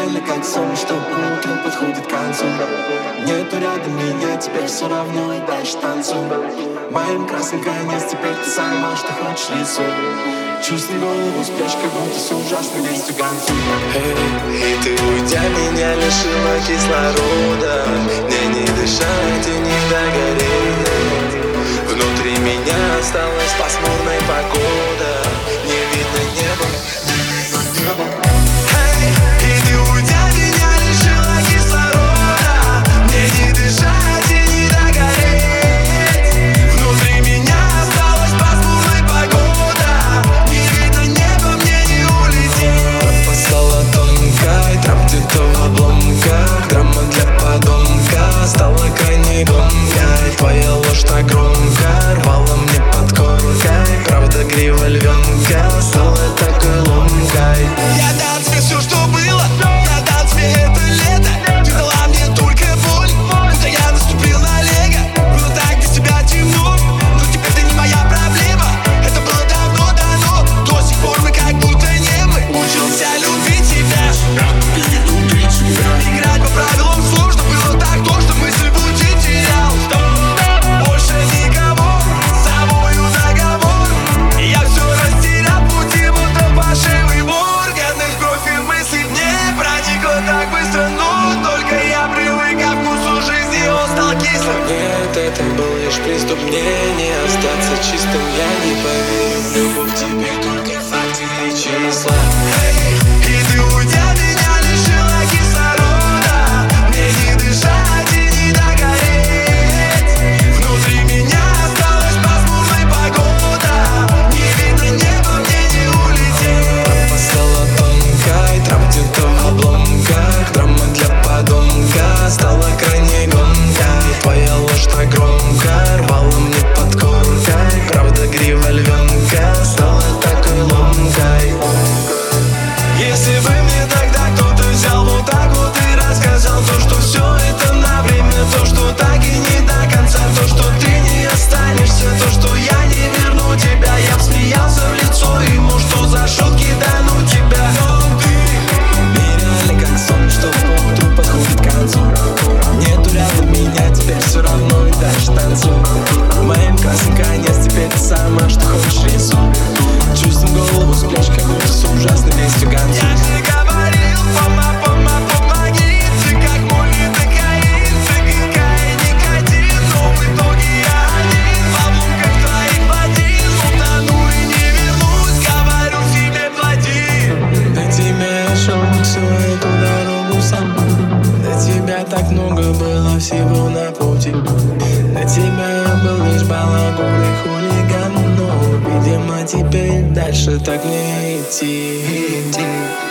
нереально как сон, что утро подходит к концу. Нету рядом меня, теперь все равно и дальше танцуй. Моим красным конец, теперь ты сама, что хочешь рисуй. Чувствуй голову, спрячь, как будто все ужасно вместе гонцу. И ты, уйдя, меня лишила кислорода. Мне не дышать и не догореть. Внутри меня осталась пасмурная погода. Не видно неба. Твоя ложь так громко рвала мне под коркой. Правда грива львенка стала такой ломкой. Я дал тебе все, что было, я дал тебе это лето. Ты дала мне только боль, будто я наступил на лего. Было так без тебя темно, но теперь ты не моя проблема. Это было давно дано, до сих пор мы как будто не мы. Учился любить тебя, играть по правилам сложно. Было так то, что мысль пути терял. Больше никого, с собою договор. И я все растерял пути, будто пошивый вор. Гадных кровь и мыслей мне проникло так быстро, но только я привык ко вкусу жизни, он стал кислым. Нет, это был лишь приступ, мне не остаться чистым. Я не поверю в любовь, теперь только факты и числа. И ты, уйдя, меня лишила кислорода. Мне не дышать и не догореть. Внутри меня осталась пасмурная погода. Не видно неба, мне не улететь. Тропа стала тонкой, травм где-то в обломках. Драма для подонка стала крайне гонкой. Твоя ложь так громко рвала мне под коркой. Правда грива львенка стала такой ломкой. Если бы мне тогда кто-то взял вот так вот и рассказал то, что все это на время, то, что так и не до конца, то, что ты не останешься, то, что я не верну тебя, я б смеялся в лицо ему, что за шутки дану тебя. Но ты Нереально как сон, что утро подходит к концу. Нету рядом меня, теперь все равно и дальше танцуй. Моим красным конец, теперь ты сама, что хочешь рисуй. Чувствуй голову, спрячь, как будто все ужасно вместе гонцу. я же говорил, помоги, ты как молит и каин, ты какая никотин, но в итоге я один в обломках твоих ботин. Утону и не вернусь, говорю себе плати. До тебя я шел всю эту дорогу сам. До тебя так много было всего на пути. До тебя я был лишь балагур и хулиган. Но, видимо, теперь дальше так не идти.